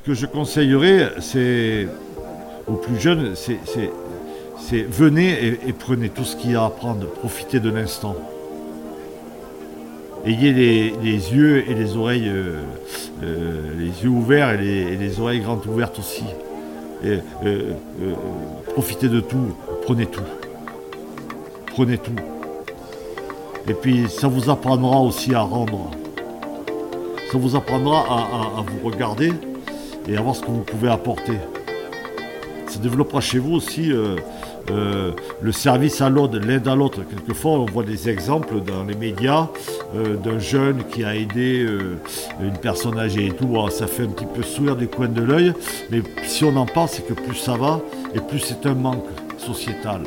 que je conseillerais, c'est aux plus jeunes, c'est venez et prenez tout ce qu'il y a à prendre, profitez de l'instant. Ayez les yeux et les oreilles, les yeux ouverts et les oreilles grandes ouvertes aussi. Et, profitez de tout, prenez tout. Prenez tout. Et puis ça vous apprendra aussi à rendre. Ça vous apprendra à vous regarder et à voir ce que vous pouvez apporter. Ça développera chez vous aussi le service à l'autre, l'aide à l'autre. Quelquefois, on voit des exemples dans les médias d'un jeune qui a aidé une personne âgée et tout. Alors, ça fait un petit peu sourire du coin de l'œil, mais si on en parle, c'est que plus ça va et plus c'est un manque sociétal.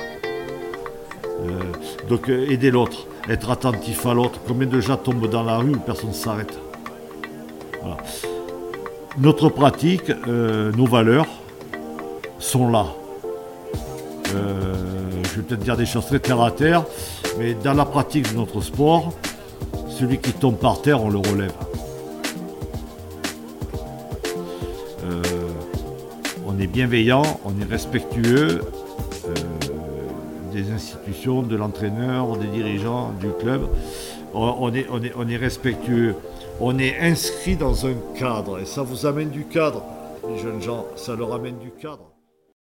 Donc, aider l'autre, être attentif à l'autre. Combien de gens tombent dans la rue où personne ne s'arrête? Voilà. Notre pratique, nos valeurs sont là. Je vais peut-être dire des choses très terre à terre, mais dans la pratique de notre sport, celui qui tombe par terre, on le relève. On est bienveillant, on est respectueux des institutions, de l'entraîneur, des dirigeants, du club. On est respectueux. On est inscrit dans un cadre et ça vous amène du cadre. Les jeunes gens, ça leur amène du cadre.